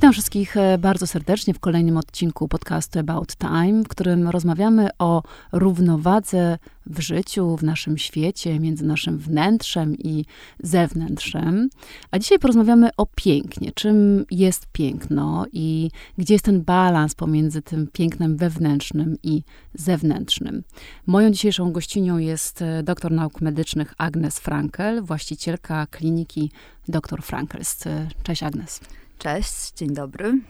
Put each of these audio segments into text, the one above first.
Witam wszystkich bardzo serdecznie w kolejnym odcinku podcastu About Time, w którym rozmawiamy o równowadze w życiu, w naszym świecie, między naszym wnętrzem i zewnętrzem. A dzisiaj porozmawiamy o pięknie. Czym jest piękno i gdzie jest ten balans pomiędzy tym pięknem wewnętrznym i zewnętrznym. Moją dzisiejszą gościnią jest doktor nauk medycznych Agnes Frankel, właścicielka kliniki Dr. Frankels. Cześć Agnes. Cześć, dzień dobry.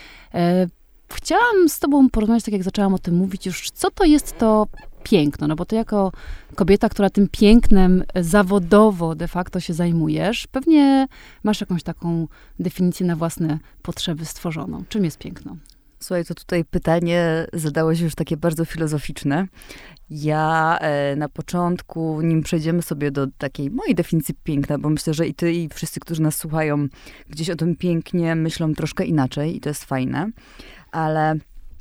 Chciałam z tobą porozmawiać, tak jak zaczęłam o tym mówić już, co to jest to piękno, no bo ty jako kobieta, która tym pięknem zawodowo de facto się zajmujesz, pewnie masz jakąś taką definicję na własne potrzeby stworzoną. Czym jest piękno? Słuchaj, to tutaj pytanie zadałeś już takie bardzo filozoficzne. Ja na początku, nim przejdziemy sobie do takiej mojej definicji piękna, bo myślę, że i ty, i wszyscy, którzy nas słuchają, gdzieś o tym pięknie myślą troszkę inaczej i to jest fajne, ale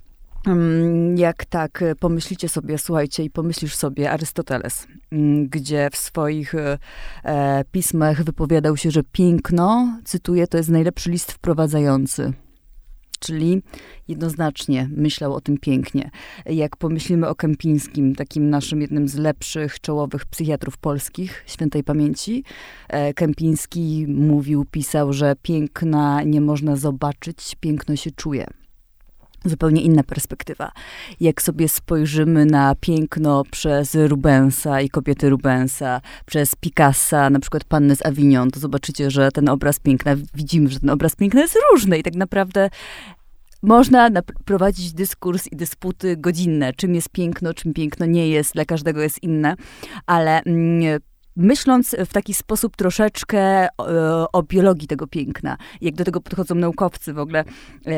jak tak pomyślicie sobie, słuchajcie, i pomyślisz sobie Arystoteles, gdzie w swoich pismach wypowiadał się, że piękno, cytuję, to jest najlepszy list wprowadzający. Czyli jednoznacznie myślał o tym pięknie. Jak pomyślimy o Kępińskim, takim naszym jednym z lepszych, czołowych psychiatrów polskich, świętej pamięci, Kępiński mówił, pisał, że piękna nie można zobaczyć, piękno się czuje. Zupełnie inna perspektywa. Jak sobie spojrzymy na piękno przez Rubensa i kobiety Rubensa, przez Picassa, na przykład Pannę z Avignon, to zobaczycie, że ten obraz piękna, widzimy, że ten obraz piękna jest różny i tak naprawdę można prowadzić dyskurs i dysputy godzinne, czym jest piękno, czym piękno nie jest, dla każdego jest inne, ale myśląc w taki sposób troszeczkę o biologii tego piękna, jak do tego podchodzą naukowcy w ogóle,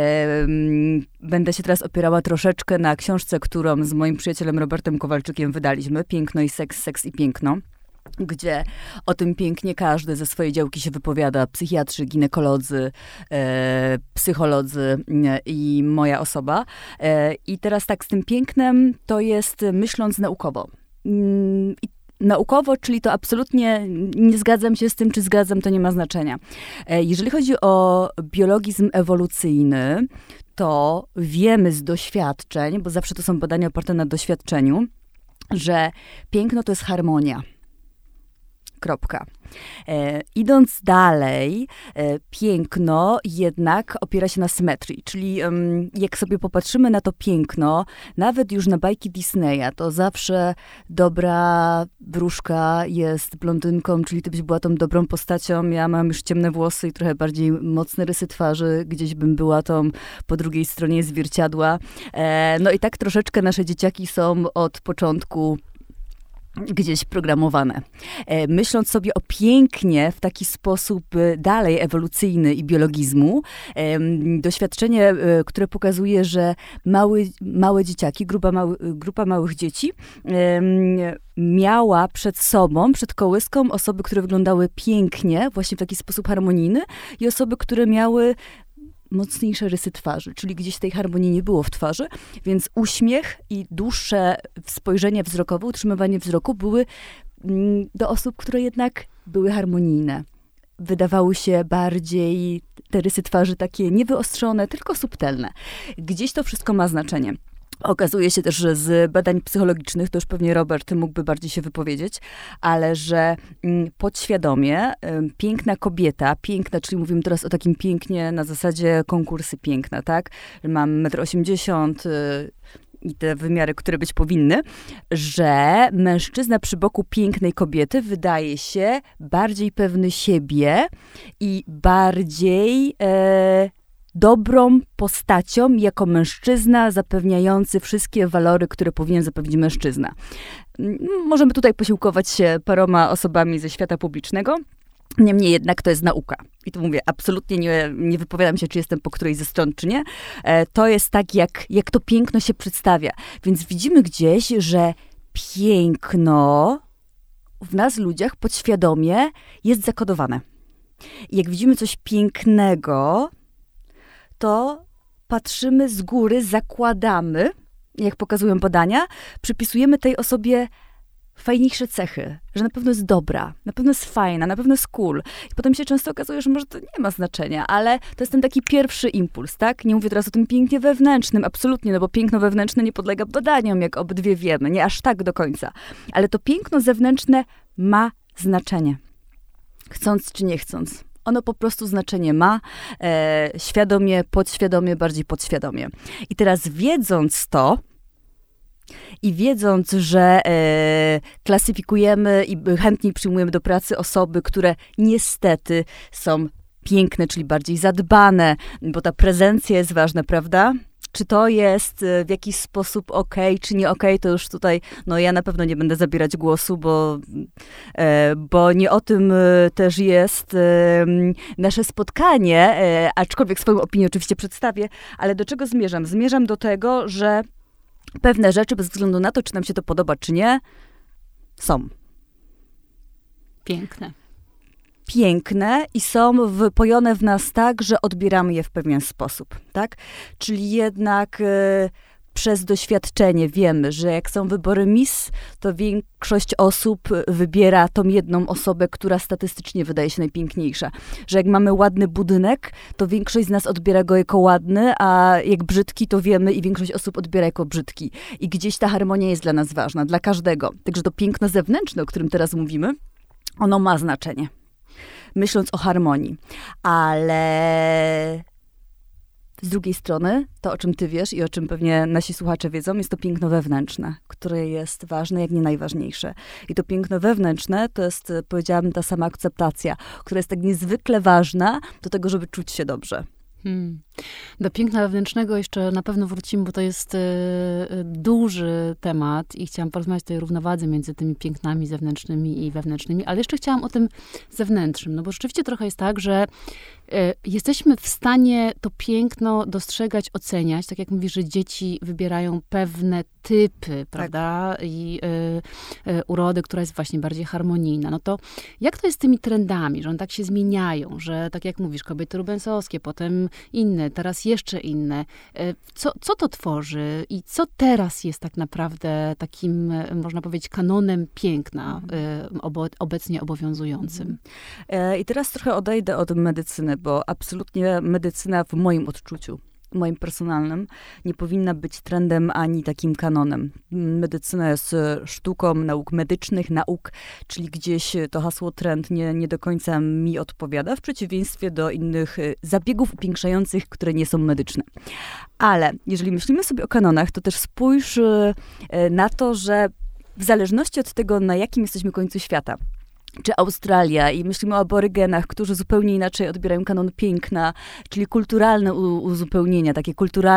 będę się teraz opierała troszeczkę na książce, którą z moim przyjacielem Robertem Kowalczykiem wydaliśmy, Piękno i seks, seks i piękno, gdzie o tym pięknie każdy ze swojej działki się wypowiada, psychiatrzy, ginekolodzy, psycholodzy i moja osoba. I teraz tak, z tym pięknem to jest myśląc naukowo. Naukowo, czyli to absolutnie nie zgadzam się z tym, czy zgadzam, to nie ma znaczenia. Jeżeli chodzi o biologizm ewolucyjny, to wiemy z doświadczeń, bo zawsze to są badania oparte na doświadczeniu, że piękno to jest harmonia. Kropka. Idąc dalej, piękno jednak opiera się na symetrii, czyli jak sobie popatrzymy na to piękno, nawet już na bajki Disneya, to zawsze dobra wróżka jest blondynką, czyli ty byś była tą dobrą postacią, ja mam już ciemne włosy i trochę bardziej mocne rysy twarzy, gdzieś bym była tą po drugiej stronie zwierciadła. No i tak troszeczkę nasze dzieciaki są od początku gdzieś programowane. Myśląc sobie o pięknie w taki sposób dalej ewolucyjny i biologizmu, doświadczenie, które pokazuje, że małe dzieciaki, grupa małych dzieci miała przed sobą, przed kołyską osoby, które wyglądały pięknie, właśnie w taki sposób harmonijny i osoby, które miały mocniejsze rysy twarzy, czyli gdzieś tej harmonii nie było w twarzy, więc uśmiech i dłuższe spojrzenie wzrokowe, utrzymywanie wzroku były do osób, które jednak były harmonijne. Wydawały się bardziej te rysy twarzy takie niewyostrzone, tylko subtelne. Gdzieś to wszystko ma znaczenie. Okazuje się też, że z badań psychologicznych, to już pewnie Robert mógłby bardziej się wypowiedzieć, ale że podświadomie piękna kobieta, piękna, czyli mówimy teraz o takim pięknie na zasadzie konkursy piękna, tak? Mam 1,80 m i te wymiary, które być powinny, że mężczyzna przy boku pięknej kobiety wydaje się bardziej pewny siebie i bardziej dobrą postacią jako mężczyzna zapewniający wszystkie walory, które powinien zapewnić mężczyzna. Możemy tutaj posiłkować się paroma osobami ze świata publicznego, niemniej jednak to jest nauka. I tu mówię, absolutnie nie wypowiadam się, czy jestem po którejś ze stron, czy nie. To jest tak, jak to piękno się przedstawia. Więc widzimy gdzieś, że piękno w nas, ludziach, podświadomie jest zakodowane. I jak widzimy coś pięknego, to patrzymy z góry, zakładamy, jak pokazują badania, przypisujemy tej osobie fajniejsze cechy, że na pewno jest dobra, na pewno jest fajna, na pewno jest cool. I potem się często okazuje, że może to nie ma znaczenia, ale to jest ten taki pierwszy impuls, tak? Nie mówię teraz o tym pięknie wewnętrznym, absolutnie, no bo piękno wewnętrzne nie podlega badaniom, jak obydwie wiemy, nie aż tak do końca. Ale to piękno zewnętrzne ma znaczenie. Chcąc czy nie chcąc. Ono po prostu znaczenie ma, świadomie, podświadomie, bardziej podświadomie. I teraz wiedząc to, i wiedząc, że klasyfikujemy i chętniej przyjmujemy do pracy osoby, które niestety są piękne, czyli bardziej zadbane, bo ta prezencja jest ważna, prawda? Czy to jest w jakiś sposób okej, czy nie okej, to już tutaj, no ja na pewno nie będę zabierać głosu, bo nie o tym też jest nasze spotkanie, aczkolwiek swoją opinię oczywiście przedstawię, ale do czego zmierzam? Zmierzam do tego, że pewne rzeczy, bez względu na to, czy nam się to podoba, czy nie, są. Piękne i są wypojone w nas tak, że odbieramy je w pewien sposób, tak? Czyli jednak przez doświadczenie wiemy, że jak są wybory Miss, to większość osób wybiera tą jedną osobę, która statystycznie wydaje się najpiękniejsza. Że jak mamy ładny budynek, to większość z nas odbiera go jako ładny, a jak brzydki, to wiemy i większość osób odbiera jako brzydki. I gdzieś ta harmonia jest dla nas ważna, dla każdego. Także to piękno zewnętrzne, o którym teraz mówimy, ono ma znaczenie. Myśląc o harmonii. Ale z drugiej strony, to o czym ty wiesz i o czym pewnie nasi słuchacze wiedzą, jest to piękno wewnętrzne, które jest ważne, jak nie najważniejsze. I to piękno wewnętrzne to jest, powiedziałabym, ta sama akceptacja, która jest tak niezwykle ważna do tego, żeby czuć się dobrze. Do piękna wewnętrznego jeszcze na pewno wrócimy, bo to jest duży temat i chciałam porozmawiać o tej równowadze między tymi pięknami zewnętrznymi i wewnętrznymi, ale jeszcze chciałam o tym zewnętrznym, no bo rzeczywiście trochę jest tak, że jesteśmy w stanie to piękno dostrzegać, oceniać, tak jak mówisz, że dzieci wybierają pewne typy, prawda, i urody, która jest właśnie bardziej harmonijna. No to jak to jest z tymi trendami, że one tak się zmieniają, że tak jak mówisz, kobiety rubensowskie, potem inne, teraz jeszcze inne. Co to tworzy i co teraz jest tak naprawdę takim, można powiedzieć, kanonem piękna obecnie obowiązującym? I teraz trochę odejdę od medycyny, bo absolutnie medycyna w moim odczuciu, moim personalnym, nie powinna być trendem ani takim kanonem. Medycyna jest sztuką nauk medycznych, czyli gdzieś to hasło trend nie do końca mi odpowiada, w przeciwieństwie do innych zabiegów upiększających, które nie są medyczne. Ale jeżeli myślimy sobie o kanonach, to też spójrz na to, że w zależności od tego, na jakim jesteśmy końcu świata, czy Australia i myślimy o aborygenach, którzy zupełnie inaczej odbierają kanon piękna, czyli kulturalne uzupełnienia, takie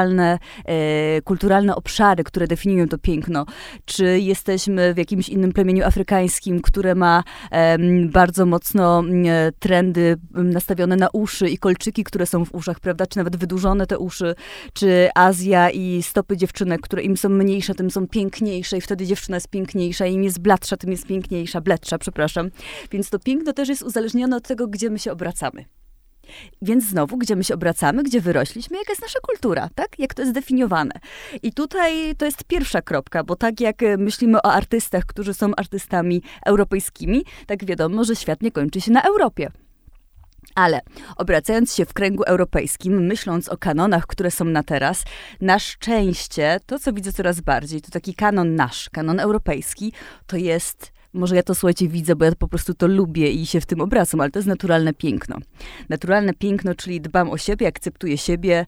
kulturalne obszary, które definiują to piękno. Czy jesteśmy w jakimś innym plemieniu afrykańskim, które ma bardzo mocno trendy nastawione na uszy i kolczyki, które są w uszach, prawda, czy nawet wydłużone te uszy, czy Azja i stopy dziewczynek, które im są mniejsze, tym są piękniejsze i wtedy dziewczyna jest piękniejsza, im jest bladsza, tym jest piękniejsza, bledsza, przepraszam. Więc to piękno też jest uzależnione od tego, gdzie my się obracamy. Więc znowu, gdzie my się obracamy, gdzie wyrośliśmy, jaka jest nasza kultura, tak? Jak to jest definiowane. I tutaj to jest pierwsza kropka, bo tak jak myślimy o artystach, którzy są artystami europejskimi, tak wiadomo, że świat nie kończy się na Europie. Ale obracając się w kręgu europejskim, myśląc o kanonach, które są na teraz, na szczęście, to co widzę coraz bardziej, to taki kanon nasz, kanon europejski, to jest... Może ja to, słuchajcie, widzę, bo ja po prostu to lubię i się w tym obracam, ale to jest naturalne piękno. Naturalne piękno, czyli dbam o siebie, akceptuję siebie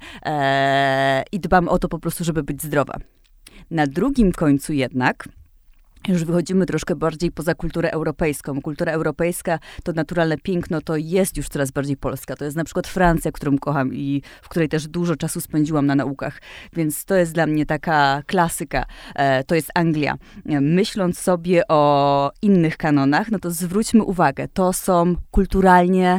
i dbam o to po prostu, żeby być zdrowa. Na drugim końcu jednak już wychodzimy troszkę bardziej poza kulturę europejską. Kultura europejska, to naturalne piękno, to jest już coraz bardziej polska. To jest na przykład Francja, którą kocham i w której też dużo czasu spędziłam na naukach. Więc to jest dla mnie taka klasyka. To jest Anglia. Myśląc sobie o innych kanonach, no to zwróćmy uwagę, to są kulturalnie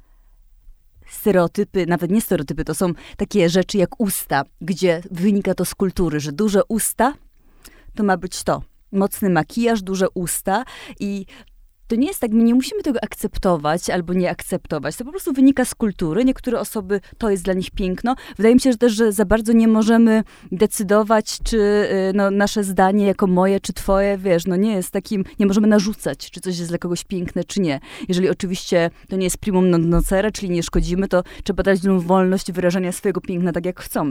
stereotypy, nawet nie stereotypy, to są takie rzeczy jak usta, gdzie wynika to z kultury, że duże usta to ma być to. Mocny makijaż, duże usta i to nie jest tak, my nie musimy tego akceptować albo nie akceptować. To po prostu wynika z kultury. Niektóre osoby, to jest dla nich piękno. Wydaje mi się, że też, że za bardzo nie możemy decydować, czy nasze zdanie jako moje, czy twoje, nie jest takim, nie możemy narzucać, czy coś jest dla kogoś piękne, czy nie. Jeżeli oczywiście to nie jest primum non nocere, czyli nie szkodzimy, to trzeba dać ludziom wolność wyrażania swojego piękna tak, jak chcą.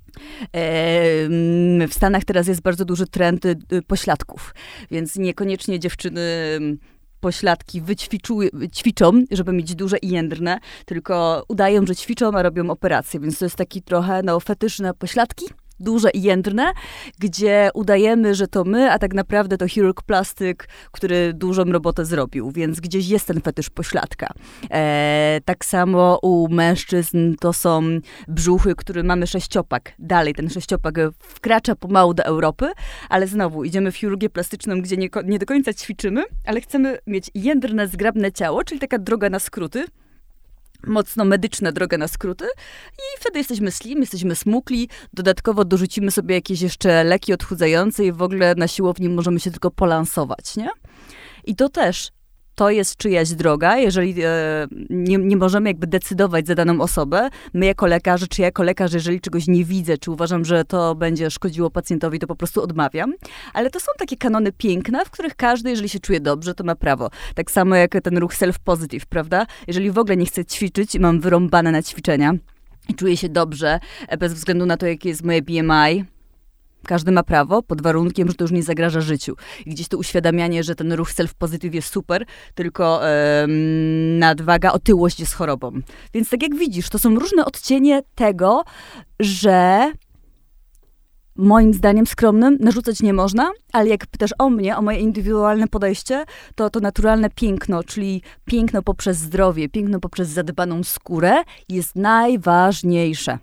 W Stanach teraz jest bardzo duży trend pośladków, więc niekoniecznie dziewczyny pośladki ćwiczą, żeby mieć duże i jędrne, tylko udają, że ćwiczą, a robią operacje, więc to jest taki trochę fetysz na pośladki, duże i jędrne, gdzie udajemy, że to my, a tak naprawdę to chirurg plastyk, który dużą robotę zrobił, więc gdzieś jest ten fetysz pośladka. Tak samo u mężczyzn to są brzuchy, które mamy sześciopak. Dalej ten sześciopak wkracza pomału do Europy, ale znowu idziemy w chirurgię plastyczną, gdzie nie do końca ćwiczymy, ale chcemy mieć jędrne, zgrabne ciało, czyli taka droga na skróty, mocno medyczna droga na skróty i wtedy jesteśmy slim, jesteśmy smukli, dodatkowo dorzucimy sobie jakieś jeszcze leki odchudzające i w ogóle na siłowni możemy się tylko polansować, nie? I to też, to jest czyjaś droga, jeżeli nie możemy jakby decydować za daną osobę, my jako lekarze, czy jako lekarz, jeżeli czegoś nie widzę, czy uważam, że to będzie szkodziło pacjentowi, to po prostu odmawiam. Ale to są takie kanony piękna, w których każdy, jeżeli się czuje dobrze, to ma prawo. Tak samo jak ten ruch self-positive, prawda? Jeżeli w ogóle nie chcę ćwiczyć i mam wyrąbane na ćwiczenia i czuję się dobrze, bez względu na to, jakie jest moje BMI, każdy ma prawo, pod warunkiem, że to już nie zagraża życiu. I gdzieś to uświadamianie, że ten ruch self-positive jest super, tylko nadwaga, otyłość jest chorobą. Więc tak jak widzisz, to są różne odcienie tego, że moim zdaniem skromnym narzucać nie można, ale jak pytasz o mnie, o moje indywidualne podejście, to naturalne piękno, czyli piękno poprzez zdrowie, piękno poprzez zadbaną skórę jest najważniejsze.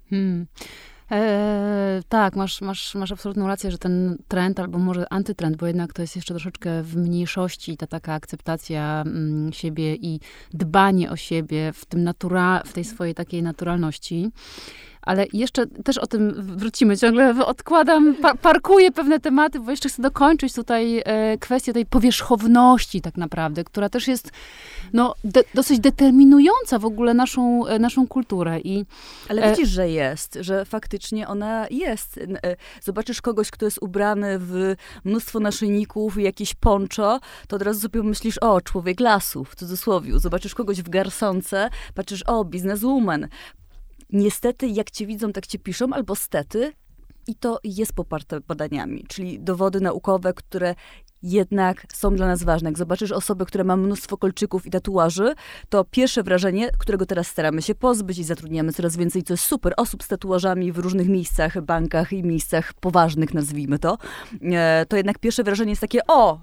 Tak, masz absolutną rację, że ten trend, albo może antytrend, bo jednak to jest jeszcze troszeczkę w mniejszości ta taka akceptacja siebie i dbanie o siebie w tej swojej takiej naturalności. Ale jeszcze też o tym wrócimy. Ciągle odkładam, parkuję pewne tematy, bo jeszcze chcę dokończyć tutaj kwestię tej powierzchowności tak naprawdę, która też jest dosyć determinująca w ogóle naszą kulturę. Ale widzisz, że jest, że faktycznie ona jest. Zobaczysz kogoś, kto jest ubrany w mnóstwo naszyjników i jakieś poncho, to od razu sobie myślisz, o, człowiek lasu, w cudzysłowie. Zobaczysz kogoś w garsonce, patrzysz, o, bizneswoman. Niestety, jak cię widzą, tak cię piszą, albo stety. I to jest poparte badaniami, czyli dowody naukowe, które jednak są dla nas ważne. Jak zobaczysz osobę, która ma mnóstwo kolczyków i tatuaży, to pierwsze wrażenie, którego teraz staramy się pozbyć i zatrudniamy coraz więcej, co jest super, osób z tatuażami w różnych miejscach, bankach i miejscach poważnych, nazwijmy to, to jednak pierwsze wrażenie jest takie, o,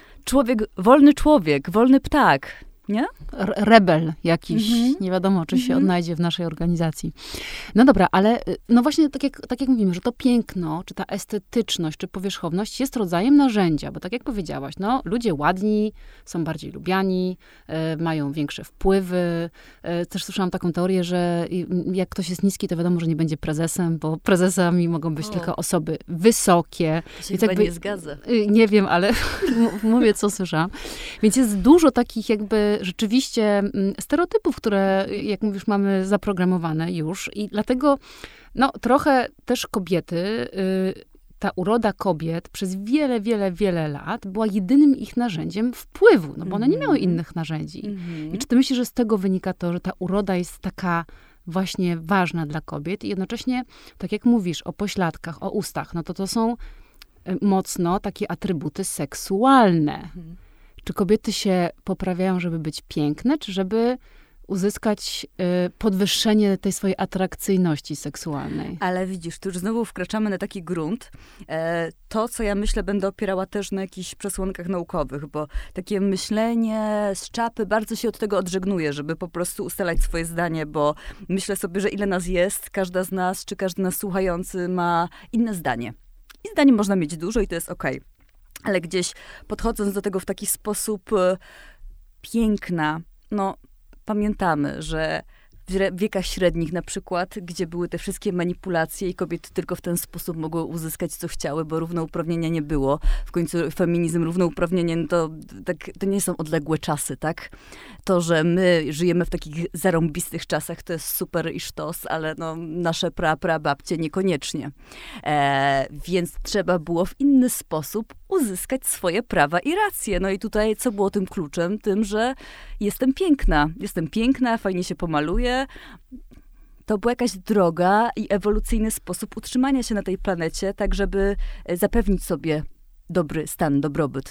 człowiek, wolny ptak. Nie? Rebel jakiś, nie wiadomo, czy się odnajdzie w naszej organizacji. No dobra, ale właśnie tak jak mówimy, że to piękno, czy ta estetyczność, czy powierzchowność jest rodzajem narzędzia, bo tak jak powiedziałaś, ludzie ładni, są bardziej lubiani, mają większe wpływy. Też słyszałam taką teorię, że jak ktoś jest niski, to wiadomo, że nie będzie prezesem, bo prezesami mogą być tylko osoby wysokie. To się chyba nie zgadza. Nie wiem, ale mówię, co słyszałam. Więc jest dużo takich jakby rzeczywiście stereotypów, które, jak mówisz, mamy zaprogramowane już i dlatego trochę też kobiety, ta uroda kobiet przez wiele, wiele, wiele lat była jedynym ich narzędziem wpływu, bo one nie miały innych narzędzi. I czy ty myślisz, że z tego wynika to, że ta uroda jest taka właśnie ważna dla kobiet i jednocześnie, tak jak mówisz o pośladkach, o ustach, to są mocno takie atrybuty seksualne. Czy kobiety się poprawiają, żeby być piękne, czy żeby uzyskać podwyższenie tej swojej atrakcyjności seksualnej? Ale widzisz, tu już znowu wkraczamy na taki grunt. To, co ja myślę, będę opierała też na jakichś przesłankach naukowych, bo takie myślenie z czapy bardzo się od tego odżegnuje, żeby po prostu ustalać swoje zdanie, bo myślę sobie, że ile nas jest, każda z nas, czy każdy nas słuchający ma inne zdanie. I zdań można mieć dużo i to jest okej. Ale gdzieś podchodząc do tego w taki sposób piękna, pamiętamy, że w wiekach średnich na przykład, gdzie były te wszystkie manipulacje i kobiety tylko w ten sposób mogły uzyskać, co chciały, bo równouprawnienia nie było. W końcu feminizm, równouprawnienie, no to nie są odległe czasy, tak? To, że my żyjemy w takich zarąbistych czasach, to jest super i sztos, ale no, nasze prababcie niekoniecznie. Więc trzeba było w inny sposób uzyskać swoje prawa i racje. No i tutaj co było tym kluczem? Tym, że jestem piękna, fajnie się pomaluję. To była jakaś droga i ewolucyjny sposób utrzymania się na tej planecie, tak żeby zapewnić sobie dobry stan, dobrobyt.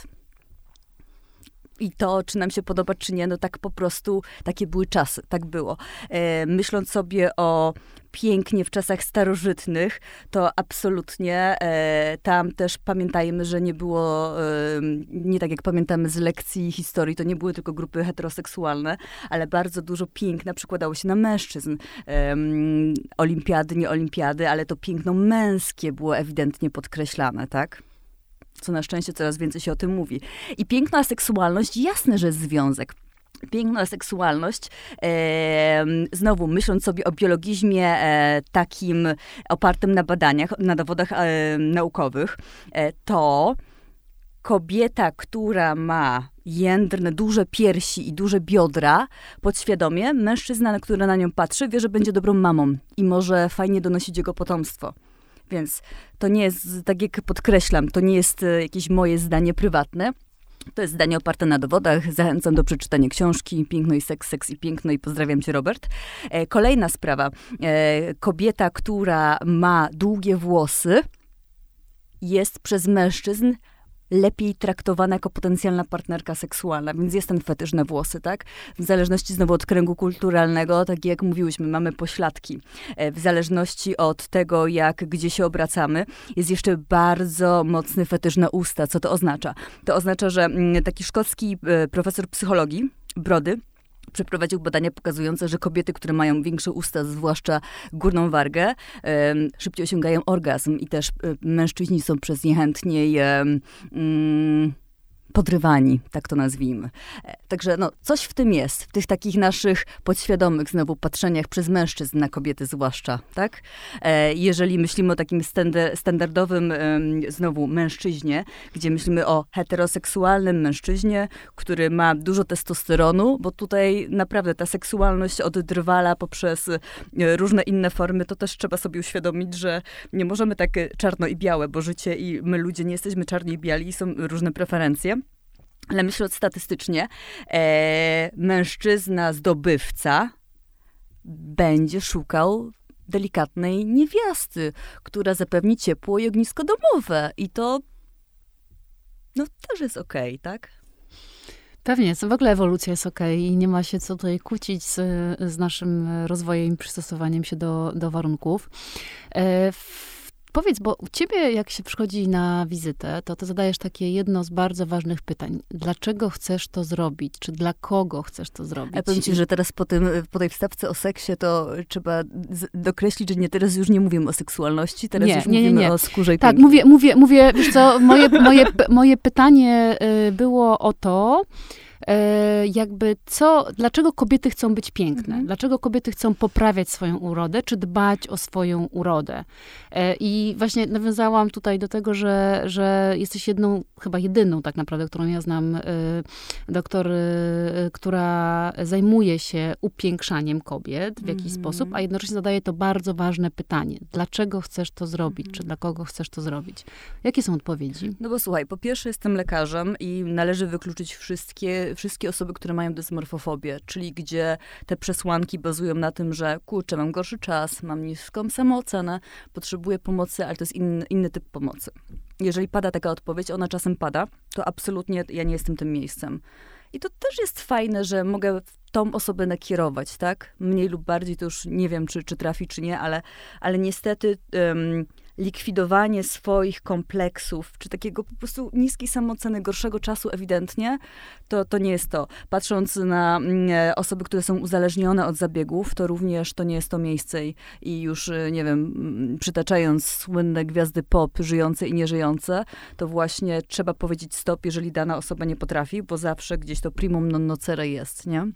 I to, czy nam się podoba, czy nie, no tak po prostu, takie były czasy, tak było. Myśląc sobie o pięknie w czasach starożytnych, to absolutnie tam też pamiętajmy, że nie było, nie tak jak pamiętamy z lekcji historii, to nie były tylko grupy heteroseksualne, ale bardzo dużo piękna przykładało się na mężczyzn. Olimpiady, nie olimpiady, ale to piękno męskie było ewidentnie podkreślane, tak? Co na szczęście coraz więcej się o tym mówi. I piękna seksualność, jasne, że jest związek. Piękna seksualność, znowu myśląc sobie o biologizmie takim opartym na badaniach, na dowodach naukowych, to kobieta, która ma jędrne, duże piersi i duże biodra, podświadomie mężczyzna, który na nią patrzy, wie, że będzie dobrą mamą i może fajnie donosić jego potomstwo. Więc to nie jest, tak jak podkreślam, to nie jest jakieś moje zdanie prywatne. To jest zdanie oparte na dowodach. Zachęcam do przeczytania książki Piękno i seks, seks i piękno i pozdrawiam cię, Robert. Kolejna sprawa. Kobieta, która ma długie włosy, jest przez mężczyzn lepiej traktowana jako potencjalna partnerka seksualna, więc jest ten fetysz na włosy, tak? W zależności znowu od kręgu kulturalnego, tak jak mówiłyśmy, mamy pośladki. W zależności od tego, gdzie się obracamy, jest jeszcze bardzo mocny fetysz na usta. Co to oznacza? To oznacza, że taki szkocki profesor psychologii, Brody, przeprowadził badania pokazujące, że kobiety, które mają większe usta, zwłaszcza górną wargę, szybciej osiągają orgazm i też mężczyźni są przez nie chętniej podrywani, tak to nazwijmy. Także no, coś w tym jest, w tych takich naszych podświadomych znowu patrzeniach przez mężczyzn na kobiety zwłaszcza, tak? Jeżeli myślimy o takim standardowym znowu mężczyźnie, gdzie myślimy o heteroseksualnym mężczyźnie, który ma dużo testosteronu, bo tutaj naprawdę ta seksualność od drwala poprzez różne inne formy, to też trzeba sobie uświadomić, że nie możemy tak czarno i białe, bo życie i my ludzie nie jesteśmy czarni i biali, są różne preferencje. Ale myśląc statystycznie, mężczyzna zdobywca będzie szukał delikatnej niewiasty, która zapewni ciepło i ognisko domowe. I to no, też jest okej, tak? Pewnie, w ogóle ewolucja jest okej i nie ma się co tutaj kłócić z naszym rozwojem i przystosowaniem się do warunków. Powiedz, bo u ciebie, jak się przychodzi na wizytę, to zadajesz takie jedno z bardzo ważnych pytań. Dlaczego chcesz to zrobić? Czy dla kogo chcesz to zrobić? Ja powiem ci, że teraz po tej wstawce o seksie to trzeba dokreślić, że teraz już nie mówimy o seksualności, teraz już mówimy o skórze i tak, mówię, wiesz co, moje pytanie było o to, dlaczego kobiety chcą być piękne? Dlaczego kobiety chcą poprawiać swoją urodę, czy dbać o swoją urodę? I właśnie nawiązałam tutaj do tego, że jesteś chyba jedyną tak naprawdę, którą ja znam, doktor, która zajmuje się upiększaniem kobiet w jakiś sposób, a jednocześnie zadaje to bardzo ważne pytanie. Dlaczego chcesz to zrobić? Czy dla kogo chcesz to zrobić? Jakie są odpowiedzi? No bo słuchaj, po pierwsze jestem lekarzem i należy wykluczyć wszystkie osoby, które mają dysmorfofobię, czyli gdzie te przesłanki bazują na tym, że kurczę, mam gorszy czas, mam niską samoocenę, potrzebuję pomocy, ale to jest inny typ pomocy. Jeżeli pada taka odpowiedź, ona czasem pada, to absolutnie ja nie jestem tym miejscem. I to też jest fajne, że mogę tą osobę nakierować, tak? Mniej lub bardziej, to już nie wiem, czy trafi, czy nie, ale niestety likwidowanie swoich kompleksów, czy takiego po prostu niskiej samooceny, gorszego czasu ewidentnie, to nie jest to. Patrząc na osoby, które są uzależnione od zabiegów, to również to nie jest to miejsce i już, nie wiem, przytaczając słynne gwiazdy pop, żyjące i nieżyjące, to właśnie trzeba powiedzieć stop, jeżeli dana osoba nie potrafi, bo zawsze gdzieś to primum non nocere jest, nie?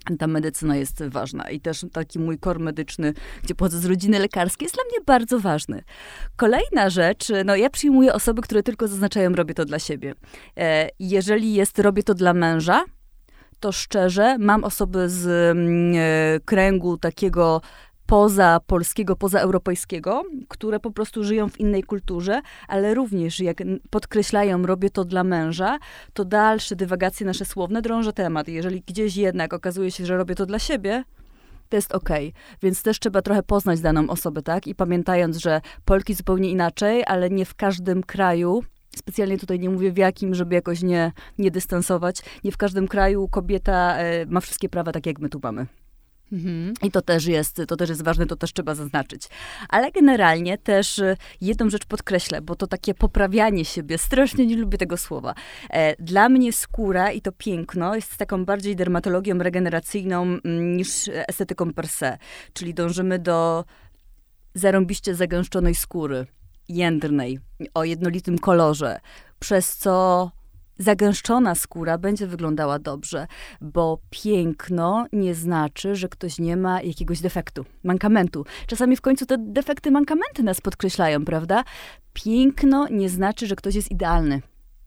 ta medycyna jest ważna i też taki mój core medyczny, gdzie pochodzę z rodziny lekarskiej, jest dla mnie bardzo ważny. Kolejna rzecz, no ja przyjmuję osoby, które tylko zaznaczają, robię to dla siebie. Jeżeli robię to dla męża, to szczerze, mam osoby z kręgu takiego poza polskiego, poza europejskiego, które po prostu żyją w innej kulturze, ale również jak podkreślają, robię to dla męża, to dalsze dywagacje nasze słowne drążę temat. Jeżeli gdzieś jednak okazuje się, że robię to dla siebie, to jest okej. Więc też trzeba trochę poznać daną osobę, tak? I pamiętając, że Polki zupełnie inaczej, ale nie w każdym kraju, specjalnie tutaj nie mówię w jakim, żeby jakoś nie dystansować, nie w każdym kraju kobieta ma wszystkie prawa tak, jak my tu mamy. I to też jest ważne, to też trzeba zaznaczyć. Ale generalnie też jedną rzecz podkreślę, bo to takie poprawianie siebie, strasznie nie lubię tego słowa. Dla mnie skóra i to piękno jest taką bardziej dermatologią regeneracyjną niż estetyką per se. Czyli dążymy do zarąbiście zagęszczonej skóry, jędrnej, o jednolitym kolorze, przez co zagęszczona skóra będzie wyglądała dobrze, bo piękno nie znaczy, że ktoś nie ma jakiegoś defektu, mankamentu. Czasami w końcu te defekty, mankamenty nas podkreślają, prawda? Piękno nie znaczy, że ktoś jest idealny.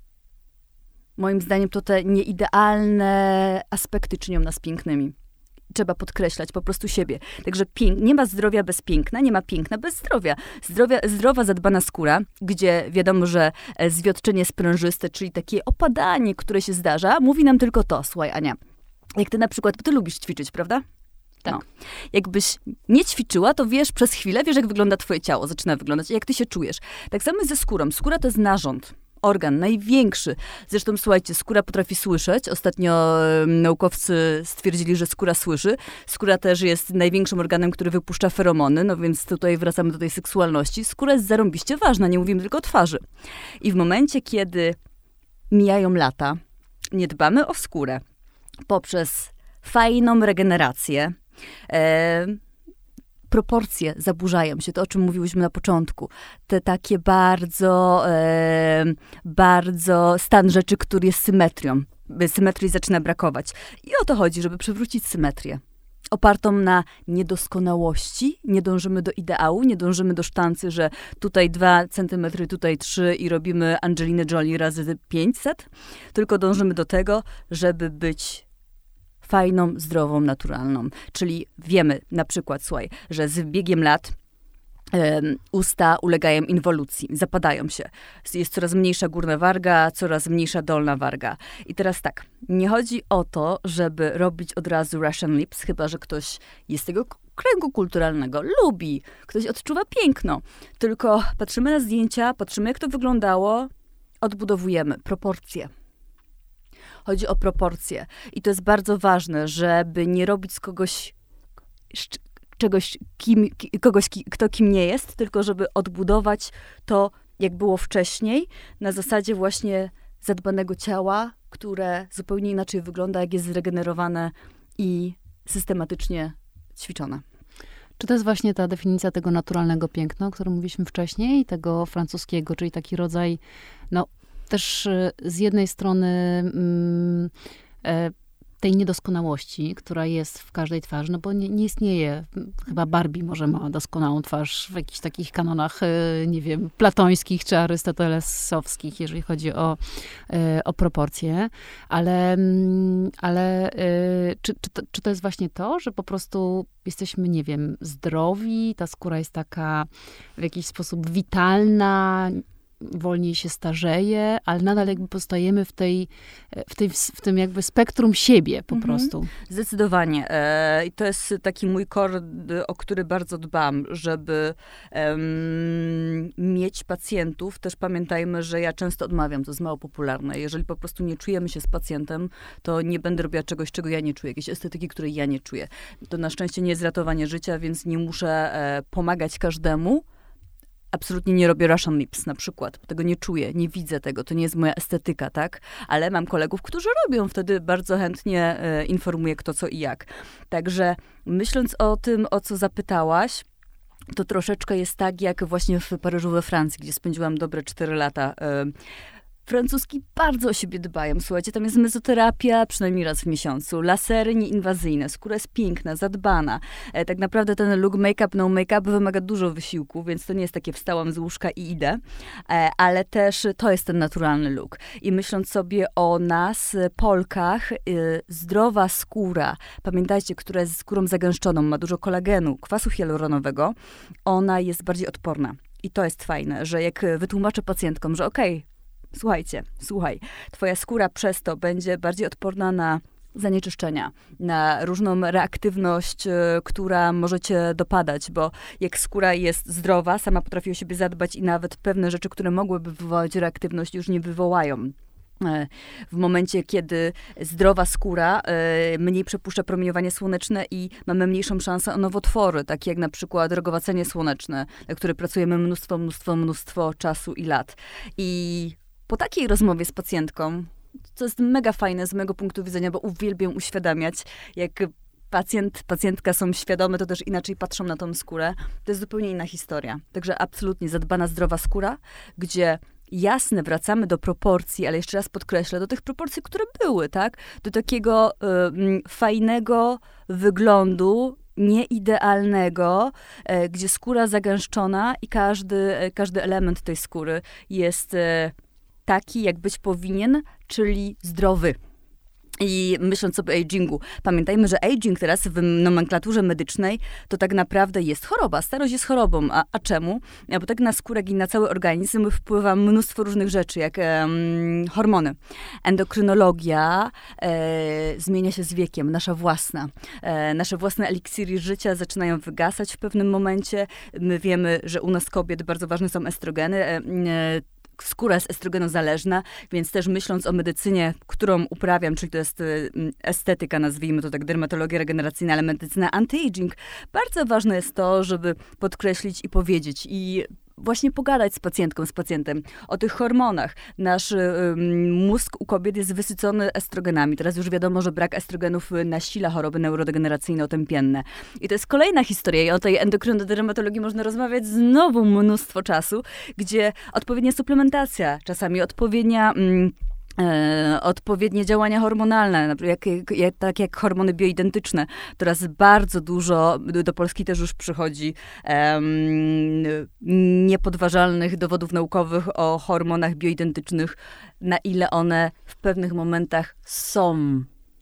Moim zdaniem to te nieidealne aspekty czynią nas pięknymi. Trzeba podkreślać po prostu siebie. Także nie ma zdrowia bez piękna, nie ma piękna bez zdrowia. Zdrowa, zadbana skóra, gdzie wiadomo, że zwiotczenie sprężyste, czyli takie opadanie, które się zdarza, mówi nam tylko to. Słuchaj, Ania, jak ty na przykład, ty lubisz ćwiczyć, prawda? Tak. No. Jakbyś nie ćwiczyła, to przez chwilę wiesz, jak wygląda twoje ciało, zaczyna wyglądać, jak ty się czujesz. Tak samo jest ze skórą. Skóra to jest narząd. Organ największy. Zresztą, słuchajcie, skóra potrafi słyszeć. Ostatnio naukowcy stwierdzili, że skóra słyszy. Skóra też jest największym organem, który wypuszcza feromony, no więc tutaj wracamy do tej seksualności. Skóra jest zarąbiście ważna, nie mówimy tylko o twarzy. I w momencie, kiedy mijają lata, nie dbamy o skórę poprzez fajną regenerację, proporcje zaburzają się, to o czym mówiłyśmy na początku. Te takie bardzo stan rzeczy, który jest symetrią. Symetrii zaczyna brakować. I o to chodzi, żeby przywrócić symetrię. Opartą na niedoskonałości. Nie dążymy do ideału, nie dążymy do sztancy, że tutaj 2 centymetry, tutaj 3 i robimy Angelinę Jolie razy 500. Tylko dążymy do tego, żeby być fajną, zdrową, naturalną. Czyli wiemy na przykład, słuchaj, że z biegiem lat usta ulegają inwolucji, zapadają się. Jest coraz mniejsza górna warga, coraz mniejsza dolna warga. I teraz tak, nie chodzi o to, żeby robić od razu Russian lips, chyba że ktoś jest z tego kręgu kulturalnego, lubi, ktoś odczuwa piękno. Tylko patrzymy na zdjęcia, patrzymy jak to wyglądało, odbudowujemy proporcje. Chodzi o proporcje. I to jest bardzo ważne, żeby nie robić z kogoś kto kim nie jest, tylko żeby odbudować to, jak było wcześniej, na zasadzie właśnie zadbanego ciała, które zupełnie inaczej wygląda, jak jest zregenerowane i systematycznie ćwiczone. Czy to jest właśnie ta definicja tego naturalnego piękna, o którym mówiliśmy wcześniej, tego francuskiego, czyli taki rodzaj, no też z jednej strony tej niedoskonałości, która jest w każdej twarzy, no bo nie istnieje, chyba Barbie może ma doskonałą twarz w jakichś takich kanonach, nie wiem, platońskich czy arystotelesowskich, jeżeli chodzi o proporcje, ale czy to jest właśnie to, że po prostu jesteśmy, nie wiem, zdrowi, ta skóra jest taka w jakiś sposób witalna, wolniej się starzeje, ale nadal jakby pozostajemy w tym jakby spektrum siebie po prostu. Zdecydowanie. I to jest taki mój core, o który bardzo dbam, żeby mieć pacjentów. Też pamiętajmy, że ja często odmawiam, to jest mało popularne. Jeżeli po prostu nie czujemy się z pacjentem, to nie będę robiła czegoś, czego ja nie czuję. Jakiejś estetyki, której ja nie czuję. To na szczęście nie jest ratowanie życia, więc nie muszę pomagać każdemu. Absolutnie nie robię Russian lips na przykład, bo tego nie czuję, nie widzę tego, to nie jest moja estetyka, tak? Ale mam kolegów, którzy robią, wtedy bardzo chętnie informuję kto, co i jak. Także myśląc o tym, o co zapytałaś, to troszeczkę jest tak, jak właśnie w Paryżu we Francji, gdzie spędziłam dobre 4 lata. Francuski bardzo o siebie dbają. Słuchajcie, tam jest mezoterapia przynajmniej raz w miesiącu. Lasery nieinwazyjne. Skóra jest piękna, zadbana. Tak naprawdę ten look make-up, no make-up wymaga dużo wysiłku, więc to nie jest takie wstałam z łóżka i idę. Ale też to jest ten naturalny look. I myśląc sobie o nas, Polkach, zdrowa skóra, pamiętajcie, która jest skórą zagęszczoną, ma dużo kolagenu, kwasu hialuronowego, ona jest bardziej odporna. I to jest fajne, że jak wytłumaczę pacjentkom, że słuchaj, twoja skóra przez to będzie bardziej odporna na zanieczyszczenia, na różną reaktywność, która może cię dopadać, bo jak skóra jest zdrowa, sama potrafi o siebie zadbać i nawet pewne rzeczy, które mogłyby wywołać reaktywność, już nie wywołają. W momencie, kiedy zdrowa skóra mniej przepuszcza promieniowanie słoneczne i mamy mniejszą szansę o nowotwory, takie jak na przykład rogowacenie słoneczne, na które pracujemy mnóstwo czasu i lat. I po takiej rozmowie z pacjentką, to jest mega fajne z mojego punktu widzenia, bo uwielbiam uświadamiać, jak pacjentka są świadome, to też inaczej patrzą na tą skórę. To jest zupełnie inna historia. Także absolutnie zadbana, zdrowa skóra, gdzie jasne, wracamy do proporcji, ale jeszcze raz podkreślę, do tych proporcji, które były, tak? Do takiego fajnego wyglądu, nieidealnego, gdzie skóra zagęszczona i każdy element tej skóry jest taki, jak być powinien, czyli zdrowy. I myśląc sobie o agingu, pamiętajmy, że aging teraz w nomenklaturze medycznej to tak naprawdę jest choroba. Starość jest chorobą. A czemu? Bo tak na skórę, jak i na cały organizm wpływa mnóstwo różnych rzeczy, jak hormony. Endokrynologia zmienia się z wiekiem, nasza własna. Nasze własne eliksiry życia zaczynają wygasać w pewnym momencie. My wiemy, że u nas kobiet bardzo ważne są estrogeny. Skóra jest estrogenozależna, więc też myśląc o medycynie, którą uprawiam, czyli to jest estetyka, nazwijmy to tak, dermatologia regeneracyjna, ale medycyna anti-aging, bardzo ważne jest to, żeby podkreślić i powiedzieć i właśnie pogadać z pacjentką, z pacjentem o tych hormonach. Nasz mózg u kobiet jest wysycony estrogenami. Teraz już wiadomo, że brak estrogenów nasila choroby neurodegeneracyjno-otępienne. I to jest kolejna historia. I o tej endokrynodermatologii można rozmawiać znowu mnóstwo czasu, gdzie odpowiednia suplementacja, czasami odpowiednie działania hormonalne, tak jak hormony bioidentyczne. Teraz bardzo dużo, do Polski też już przychodzi niepodważalnych dowodów naukowych o hormonach bioidentycznych, na ile one w pewnych momentach są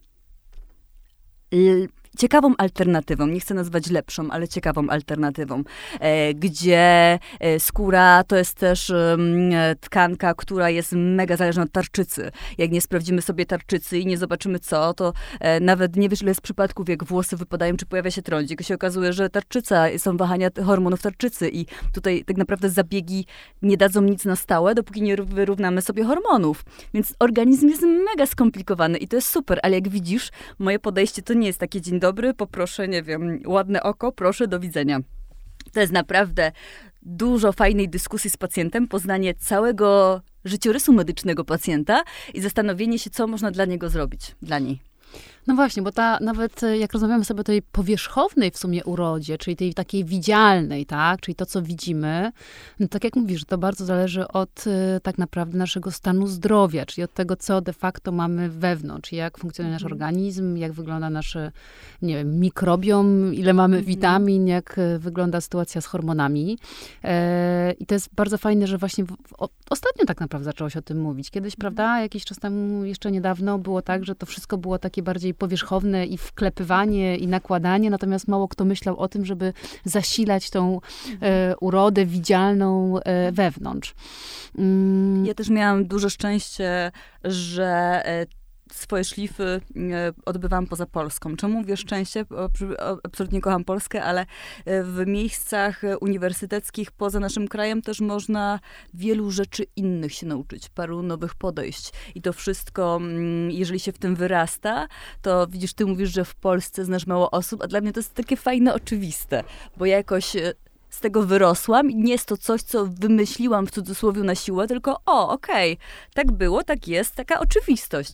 ciekawą alternatywą, nie chcę nazwać lepszą, ale ciekawą alternatywą, gdzie skóra to jest też tkanka, która jest mega zależna od tarczycy. Jak nie sprawdzimy sobie tarczycy i nie zobaczymy co, to nawet nie wiesz, ile jest przypadków, jak włosy wypadają, czy pojawia się trądzik. I się okazuje, że tarczyca, są wahania hormonów tarczycy i tutaj tak naprawdę zabiegi nie dadzą nic na stałe, dopóki nie wyrównamy sobie hormonów. Więc organizm jest mega skomplikowany i to jest super, ale jak widzisz, moje podejście to nie jest takie dzień dobry, poproszę, nie wiem, ładne oko, proszę, do widzenia. To jest naprawdę dużo fajnej dyskusji z pacjentem, poznanie całego życiorysu medycznego pacjenta i zastanowienie się, co można dla niego zrobić, dla niej. No właśnie, bo nawet jak rozmawiamy sobie o tej powierzchownej w sumie urodzie, czyli tej takiej widzialnej, tak, czyli to, co widzimy, no tak jak mówisz, to bardzo zależy od tak naprawdę naszego stanu zdrowia, czyli od tego, co de facto mamy wewnątrz, jak funkcjonuje nasz organizm, jak wygląda nasze, nie wiem, mikrobiom, ile mamy witamin, jak wygląda sytuacja z hormonami. I to jest bardzo fajne, że właśnie ostatnio tak naprawdę zaczęło się o tym mówić. Kiedyś, prawda, jakiś czas temu, jeszcze niedawno było tak, że to wszystko było takie bardziej powierzchowne i wklepywanie i nakładanie, natomiast mało kto myślał o tym, żeby zasilać tą urodę widzialną wewnątrz. Ja też miałam duże szczęście, że swoje szlify odbywałam poza Polską. Czemu mówię szczęście? Absolutnie kocham Polskę, ale w miejscach uniwersyteckich poza naszym krajem też można wielu rzeczy innych się nauczyć, paru nowych podejść. I to wszystko, jeżeli się w tym wyrasta, to widzisz, ty mówisz, że w Polsce znasz mało osób, a dla mnie to jest takie fajne, oczywiste, bo ja jakoś z tego wyrosłam i nie jest to coś, co wymyśliłam w cudzysłowie na siłę, tylko okej, tak było, tak jest, taka oczywistość, nie?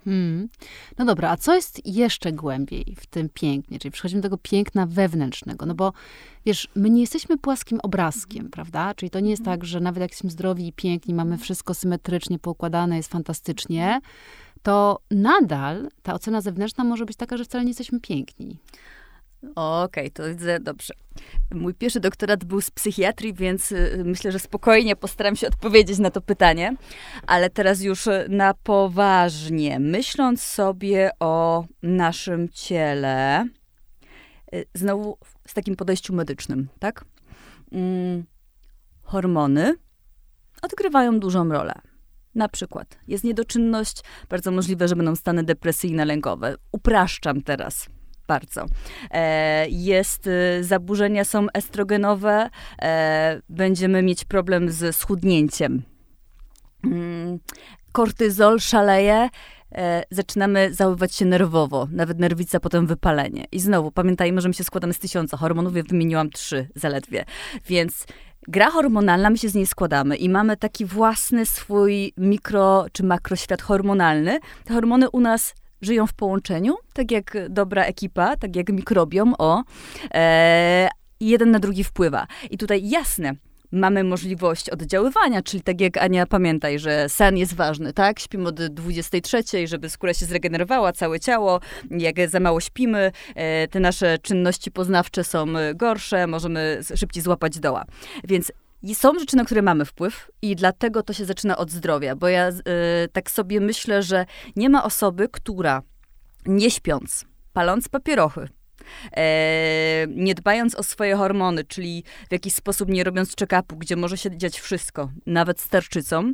No dobra, a co jest jeszcze głębiej w tym pięknie? Czyli przechodzimy do tego piękna wewnętrznego. No bo wiesz, my nie jesteśmy płaskim obrazkiem, prawda? Czyli to nie jest tak, że nawet jak jesteśmy zdrowi i piękni, mamy wszystko symetrycznie poukładane, jest fantastycznie, to nadal ta ocena zewnętrzna może być taka, że wcale nie jesteśmy piękni. Okej, to widzę, dobrze. Mój pierwszy doktorat był z psychiatrii, więc myślę, że spokojnie postaram się odpowiedzieć na to pytanie. Ale teraz już na poważnie, myśląc sobie o naszym ciele, znowu w takim podejściu medycznym, tak? Hormony odgrywają dużą rolę. Na przykład jest niedoczynność, bardzo możliwe, że będą stany depresyjne, lękowe. Upraszczam teraz. Bardzo. Zaburzenia są estrogenowe, będziemy mieć problem ze schudnięciem. Kortyzol szaleje, zaczynamy zachowywać się nerwowo, nawet nerwica, potem wypalenie. I znowu, pamiętajmy, że my się składamy z 1000 hormonów, ja wymieniłam 3 zaledwie. Więc gra hormonalna, my się z niej składamy i mamy taki własny swój mikro czy makroświat hormonalny. Te hormony u nas żyją w połączeniu, tak jak dobra ekipa, tak jak mikrobiom, jeden na drugi wpływa. I tutaj jasne, mamy możliwość oddziaływania, czyli tak jak Ania, pamiętaj, że sen jest ważny, tak? Śpimy od 23, żeby skóra się zregenerowała, całe ciało. Jak za mało śpimy, te nasze czynności poznawcze są gorsze, możemy szybciej złapać doła. Więc są rzeczy, na które mamy wpływ i dlatego to się zaczyna od zdrowia, bo ja tak sobie myślę, że nie ma osoby, która nie śpiąc, paląc papierochy, nie dbając o swoje hormony, czyli w jakiś sposób nie robiąc check-upu, gdzie może się dziać wszystko, nawet z tarczycą,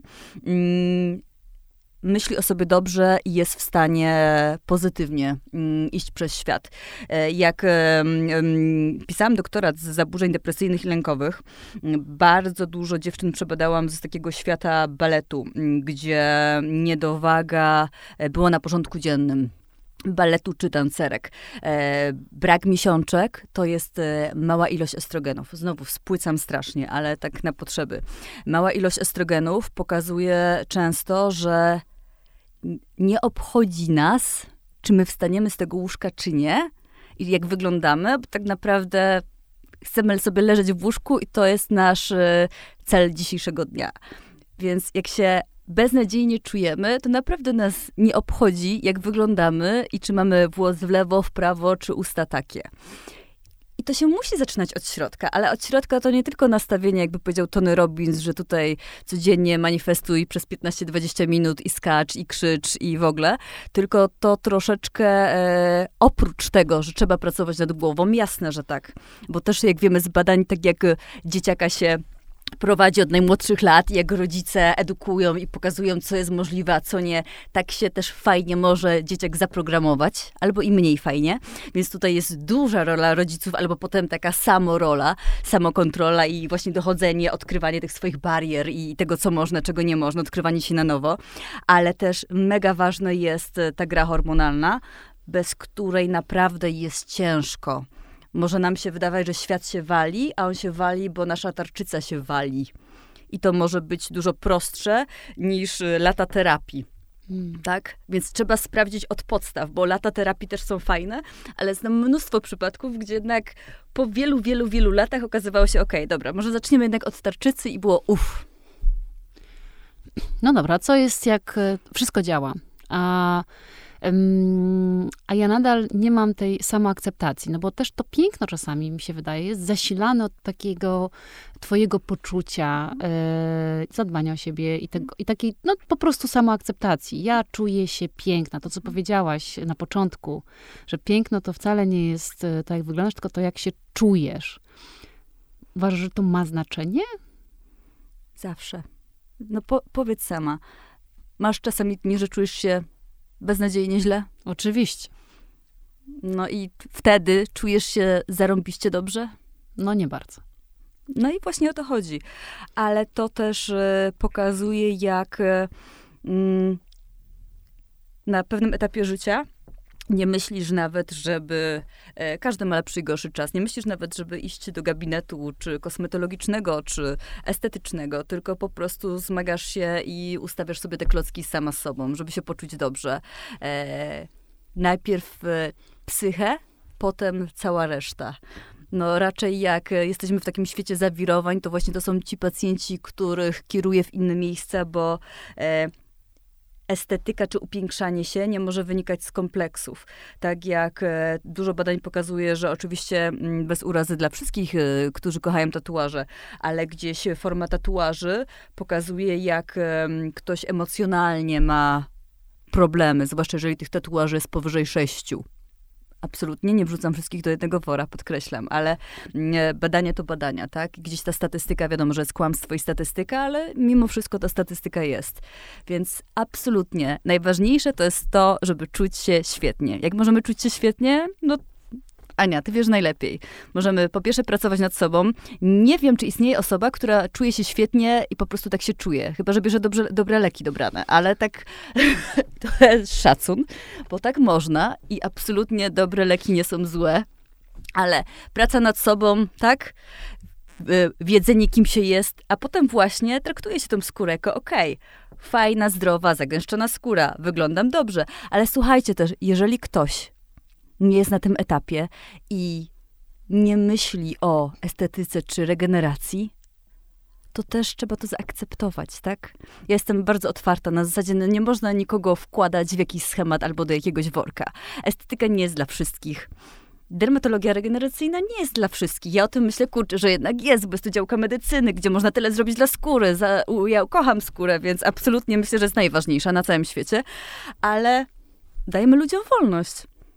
myśli o sobie dobrze i jest w stanie pozytywnie iść przez świat. Jak pisałam doktorat z zaburzeń depresyjnych i lękowych, bardzo dużo dziewczyn przebadałam z takiego świata baletu, gdzie niedowaga była na porządku dziennym. Baletu czy tancerek. Brak miesiączek to jest mała ilość estrogenów. Znowu spłycam strasznie, ale tak na potrzeby. Mała ilość estrogenów pokazuje często, że nie obchodzi nas, czy my wstaniemy z tego łóżka, czy nie. I jak wyglądamy, bo tak naprawdę chcemy sobie leżeć w łóżku i to jest nasz cel dzisiejszego dnia. Więc jak się beznadziejnie czujemy, to naprawdę nas nie obchodzi, jak wyglądamy i czy mamy włos w lewo, w prawo, czy usta takie. I to się musi zaczynać od środka, ale od środka to nie tylko nastawienie, jakby powiedział Tony Robbins, że tutaj codziennie manifestuj przez 15-20 minut i skacz, i krzycz, i w ogóle, tylko to troszeczkę oprócz tego, że trzeba pracować nad głową, jasne, że tak, bo też jak wiemy z badań, tak jak dzieciaka się prowadzi od najmłodszych lat, jak rodzice edukują i pokazują, co jest możliwe, a co nie. Tak się też fajnie może dzieciak zaprogramować, albo i mniej fajnie. Więc tutaj jest duża rola rodziców, albo potem taka samorola, samokontrola i właśnie dochodzenie, odkrywanie tych swoich barier i tego, co można, czego nie można, odkrywanie się na nowo. Ale też mega ważna jest ta gra hormonalna, bez której naprawdę jest ciężko. Może nam się wydawać, że świat się wali, a on się wali, bo nasza tarczyca się wali. I to może być dużo prostsze niż lata terapii. Tak? Więc trzeba sprawdzić od podstaw, bo lata terapii też są fajne, ale znam mnóstwo przypadków, gdzie jednak po wielu latach okazywało się, okej, dobra, może zaczniemy jednak od tarczycy i było uff. No dobra, co jest jak wszystko działa, a ja nadal nie mam tej samoakceptacji, no bo też to piękno czasami, mi się wydaje, jest zasilane od takiego twojego poczucia, zadbania o siebie i takiej, no po prostu samoakceptacji. Ja czuję się piękna. To, co powiedziałaś na początku, że piękno to wcale nie jest to, jak wyglądasz, tylko to, jak się czujesz. Uważasz, że to ma znaczenie? Zawsze. No powiedz sama. Masz czasami dni, że czujesz się beznadziejnie źle? Oczywiście. No i wtedy czujesz się zarąbiście dobrze? No nie bardzo. No i właśnie o to chodzi. Ale to też pokazuje, jak na pewnym etapie życia Nie myślisz nawet, żeby... Każdy ma lepszy i gorszy czas. Nie myślisz nawet, żeby iść do gabinetu, czy kosmetologicznego, czy estetycznego, tylko po prostu zmagasz się i ustawiasz sobie te klocki sama z sobą, żeby się poczuć dobrze. Najpierw psychę, potem cała reszta. No raczej jak jesteśmy w takim świecie zawirowań, to właśnie to są ci pacjenci, których kieruję w inne miejsca, bo estetyka czy upiększanie się nie może wynikać z kompleksów. Tak jak dużo badań pokazuje, że oczywiście bez urazy dla wszystkich, którzy kochają tatuaże, ale gdzieś forma tatuaży pokazuje, jak ktoś emocjonalnie ma problemy, zwłaszcza jeżeli tych tatuaży jest powyżej 6. Absolutnie nie wrzucam wszystkich do jednego wora, podkreślam, ale badania to badania, tak? Gdzieś ta statystyka, wiadomo, że jest kłamstwo i statystyka, ale mimo wszystko ta statystyka jest. Więc absolutnie najważniejsze to jest to, żeby czuć się świetnie. Jak możemy czuć się świetnie? No Ania, ty wiesz najlepiej. Możemy po pierwsze pracować nad sobą. Nie wiem, czy istnieje osoba, która czuje się świetnie i po prostu tak się czuje. Chyba, że bierze dobre leki dobrane. Ale tak to jest szacun, bo tak można i absolutnie dobre leki nie są złe. Ale praca nad sobą, tak? Wiedzenie, kim się jest, a potem właśnie traktuje się tą skórę jako okej, fajna, zdrowa, zagęszczona skóra, wyglądam dobrze. Ale słuchajcie też, jeżeli ktoś nie jest na tym etapie i nie myśli o estetyce czy regeneracji, to też trzeba to zaakceptować, tak? Ja jestem bardzo otwarta, na zasadzie nie można nikogo wkładać w jakiś schemat albo do jakiegoś worka. Estetyka nie jest dla wszystkich. Dermatologia regeneracyjna nie jest dla wszystkich. Ja o tym myślę, kurczę, że jednak jest, bo jest to działka medycyny, gdzie można tyle zrobić dla skóry. Ja kocham skórę, więc absolutnie myślę, że jest najważniejsza na całym świecie. Ale dajmy ludziom wolność.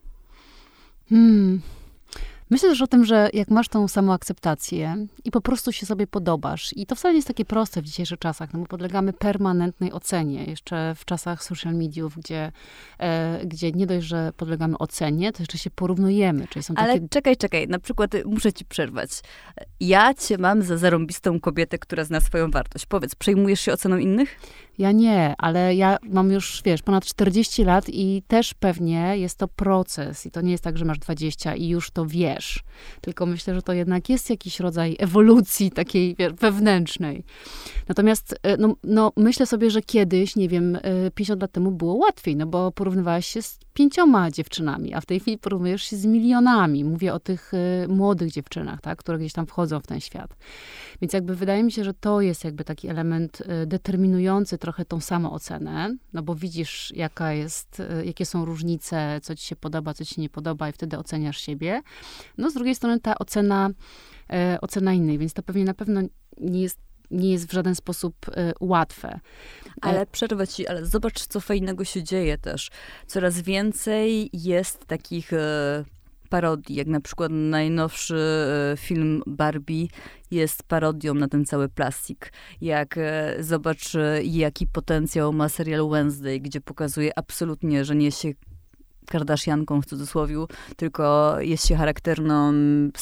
Myślę też o tym, że jak masz tą samoakceptację i po prostu się sobie podobasz, i to wcale nie jest takie proste w dzisiejszych czasach, no bo podlegamy permanentnej ocenie, jeszcze w czasach social mediów, gdzie nie dość, że podlegamy ocenie, to jeszcze się porównujemy. Czyli są Ale takie... czekaj, na przykład muszę ci przerwać. Ja cię mam za zarąbistą kobietę, która zna swoją wartość. Powiedz, przejmujesz się oceną innych? Ja nie, ale ja mam już, ponad 40 lat i też pewnie jest to proces. I to nie jest tak, że masz 20 i już to wiesz. Tylko myślę, że to jednak jest jakiś rodzaj ewolucji takiej wewnętrznej. Natomiast myślę sobie, że kiedyś, 50 lat temu było łatwiej, no bo porównywałaś się z 5 dziewczynami, a w tej chwili porównujesz się z milionami. Mówię o tych młodych dziewczynach, tak, które gdzieś tam wchodzą w ten świat. Więc jakby wydaje mi się, że to jest jakby taki element determinujący trochę tą samoocenę, no bo widzisz, jakie są różnice, co ci się podoba, co ci się nie podoba i wtedy oceniasz siebie. No z drugiej strony ta ocena innej, więc to pewnie na pewno nie jest w żaden sposób łatwe. Ale przerwę ci, ale zobacz, co fajnego się dzieje też. Coraz więcej jest takich parodii, jak na przykład najnowszy film Barbie jest parodią na ten cały plastik. Zobacz, jaki potencjał ma serial Wednesday, gdzie pokazuje absolutnie, że nie jest się Kardashianką w cudzysłowiu, tylko jest się charakterną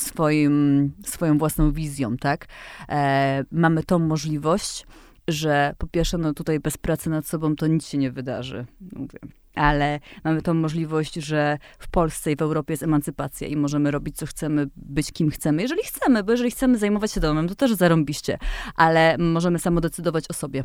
swoją własną wizją, tak? Mamy tą możliwość, że po pierwsze, tutaj bez pracy nad sobą to nic się nie wydarzy, mówię. Ale mamy tą możliwość, że w Polsce i w Europie jest emancypacja i możemy robić, co chcemy, być kim chcemy. Jeżeli chcemy, bo jeżeli chcemy zajmować się domem, to też zarąbiście, ale możemy samo decydować o sobie.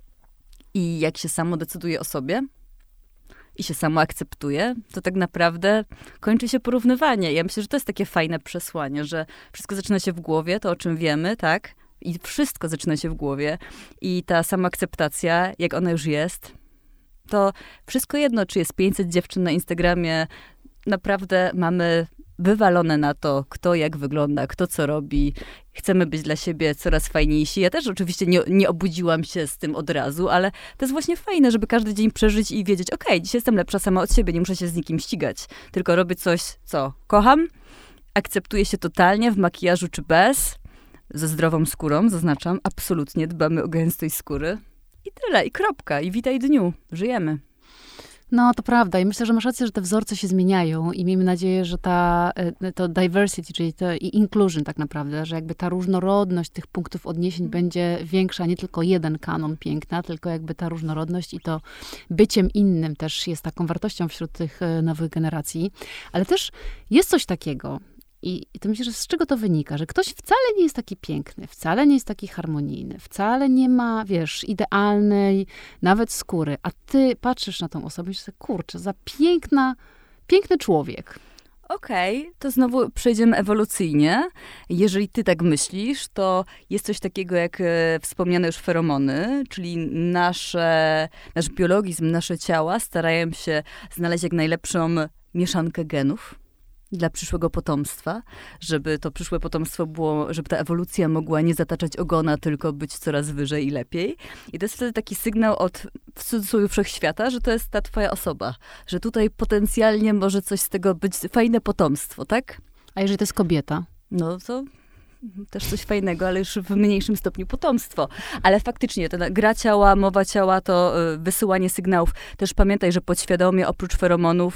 I jak się samo decyduje o sobie i się samo akceptuje, to tak naprawdę kończy się porównywanie. Ja myślę, że to jest takie fajne przesłanie, że wszystko zaczyna się w głowie, to o czym wiemy, tak? I wszystko zaczyna się w głowie. I ta samoakceptacja, jak ona już jest, to wszystko jedno, czy jest 500 dziewczyn na Instagramie, naprawdę mamy wywalone na to, kto jak wygląda, kto co robi. Chcemy być dla siebie coraz fajniejsi. Ja też oczywiście nie obudziłam się z tym od razu, ale to jest właśnie fajne, żeby każdy dzień przeżyć i wiedzieć, okej, dzisiaj jestem lepsza sama od siebie, nie muszę się z nikim ścigać, tylko robię coś, co kocham, akceptuję się totalnie w makijażu czy bez, ze zdrową skórą, zaznaczam, absolutnie dbamy o gęstość skóry. I tyle, i kropka, i witaj dniu. Żyjemy. No, to prawda. I myślę, że masz rację, że te wzorce się zmieniają i miejmy nadzieję, że to diversity, czyli to i inclusion tak naprawdę, że jakby ta różnorodność tych punktów odniesień będzie większa, nie tylko jeden kanon piękna, tylko jakby ta różnorodność i to byciem innym też jest taką wartością wśród tych nowych generacji. Ale też jest coś takiego, i to myślę, że z czego to wynika? Że ktoś wcale nie jest taki piękny, wcale nie jest taki harmonijny, wcale nie ma, wiesz, idealnej nawet skóry, a ty patrzysz na tą osobę i myślisz, kurczę, za piękny człowiek. Okej, to znowu przejdziemy ewolucyjnie. Jeżeli ty tak myślisz, to jest coś takiego jak wspomniane już feromony, czyli nasz biologizm, nasze ciała starają się znaleźć jak najlepszą mieszankę genów dla przyszłego potomstwa, żeby to przyszłe potomstwo było, żeby ta ewolucja mogła nie zataczać ogona, tylko być coraz wyżej i lepiej. I to jest wtedy taki sygnał od, w cudzysłowie, wszechświata, że to jest ta twoja osoba, że tutaj potencjalnie może coś z tego być, fajne potomstwo, tak? A jeżeli to jest kobieta? No to też coś fajnego, ale już w mniejszym stopniu potomstwo. Ale faktycznie, ta gra ciała, mowa ciała, to wysyłanie sygnałów. Też pamiętaj, że podświadomie oprócz feromonów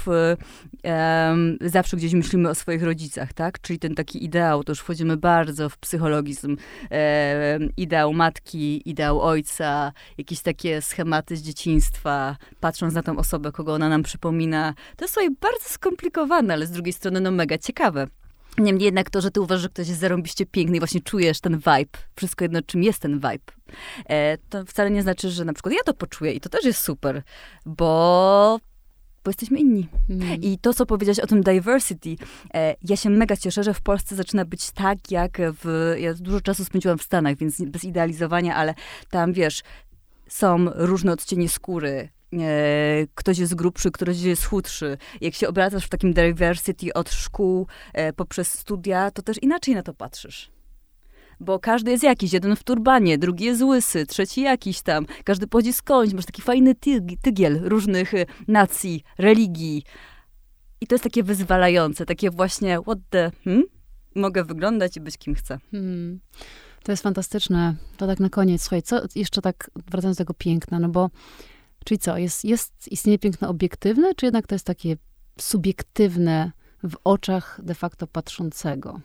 zawsze gdzieś myślimy o swoich rodzicach, tak? Czyli ten taki ideał, to już wchodzimy bardzo w psychologizm. Ideał matki, ideał ojca, jakieś takie schematy z dzieciństwa, patrząc na tą osobę, kogo ona nam przypomina. To jest sobie bardzo skomplikowane, ale z drugiej strony no mega ciekawe. Niemniej jednak to, że ty uważasz, że ktoś jest zarąbiście piękny i właśnie czujesz ten vibe, wszystko jedno, czym jest ten vibe, to wcale nie znaczy, że na przykład ja to poczuję i to też jest super, bo jesteśmy inni. I to, co powiedziałaś o tym diversity, ja się mega cieszę, że w Polsce zaczyna być tak, jak ja dużo czasu spędziłam w Stanach, więc bez idealizowania, ale tam, wiesz, są różne odcienie skóry, ktoś jest grubszy, ktoś jest chudszy. Jak się obracasz w takim diversity od szkół poprzez studia, to też inaczej na to patrzysz. Bo każdy jest jakiś, jeden w turbanie, drugi jest łysy, trzeci jakiś tam. Każdy pochodzi skądś, masz taki fajny tygiel różnych nacji, religii. I to jest takie wyzwalające, takie właśnie mogę wyglądać i być kim chcę. To jest fantastyczne. To tak na koniec. Słuchaj, co jeszcze tak wracając do tego piękna, no bo czyli co, istnieje piękno obiektywne, czy jednak to jest takie subiektywne w oczach de facto patrzącego?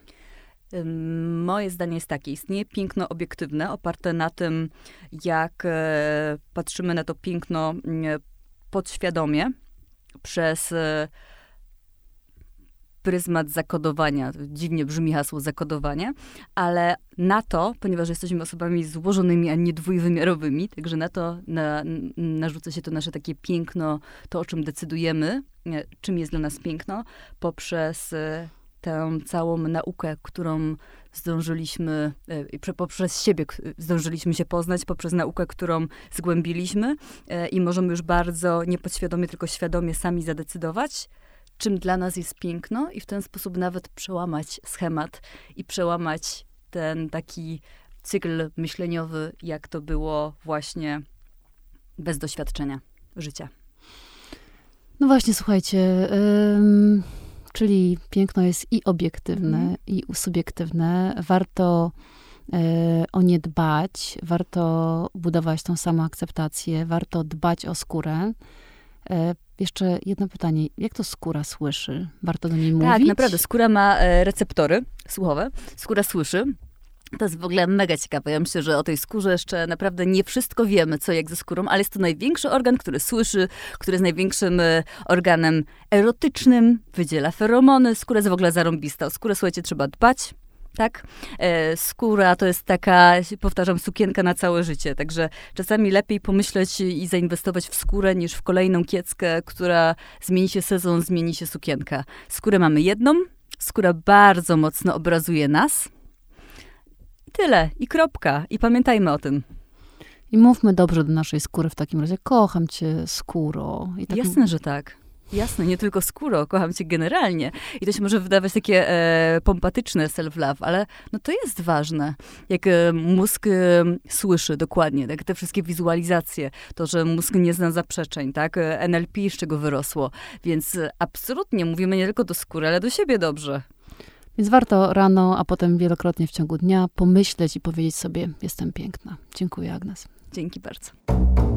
Moje zdanie jest takie, istnieje piękno obiektywne, oparte na tym, jak patrzymy na to piękno podświadomie, przez pryzmat zakodowania. Dziwnie brzmi hasło zakodowanie, ale na to, ponieważ jesteśmy osobami złożonymi, a nie dwójwymiarowymi, także na to narzuca się to nasze takie piękno, to o czym decydujemy, czym jest dla nas piękno, poprzez tę całą naukę, którą zdążyliśmy, poprzez siebie zdążyliśmy się poznać, poprzez naukę, którą zgłębiliśmy i możemy już bardzo niepodświadomie, tylko świadomie sami zadecydować, czym dla nas jest piękno i w ten sposób nawet przełamać schemat i przełamać ten taki cykl myśleniowy, jak to było właśnie bez doświadczenia życia. No właśnie, słuchajcie, czyli piękno jest i obiektywne, i subiektywne. Warto o nie dbać, warto budować tą samoakceptację, warto dbać o skórę. Jeszcze jedno pytanie. Jak to skóra słyszy? Warto do niej mówić? Tak, naprawdę. Skóra ma receptory słuchowe. Skóra słyszy. To jest w ogóle mega ciekawe. Ja myślę, że o tej skórze jeszcze naprawdę nie wszystko wiemy, co jak ze skórą, ale jest to największy organ, który słyszy, który jest największym organem erotycznym, wydziela feromony. Skóra jest w ogóle zarąbista. O skórę, słuchajcie, trzeba dbać. Tak? Skóra to jest taka, powtarzam, sukienka na całe życie. Także czasami lepiej pomyśleć i zainwestować w skórę, niż w kolejną kieckę, która zmieni się sezon, zmieni się sukienka. Skórę mamy jedną. Skóra bardzo mocno obrazuje nas. I tyle. I kropka. I pamiętajmy o tym. I mówmy dobrze do naszej skóry w takim razie. Kocham cię, skóro. I tak... Jasne, że tak. Jasne, nie tylko skóro, kocham cię generalnie. I to się może wydawać takie pompatyczne self-love, ale no to jest ważne. Jak mózg słyszy dokładnie, tak, te wszystkie wizualizacje, to, że mózg nie zna zaprzeczeń, tak, NLP z czego wyrosło. Więc absolutnie mówimy nie tylko do skóry, ale do siebie dobrze. Więc warto rano, a potem wielokrotnie w ciągu dnia pomyśleć i powiedzieć sobie, jestem piękna. Dziękuję, Agnes. Dzięki bardzo.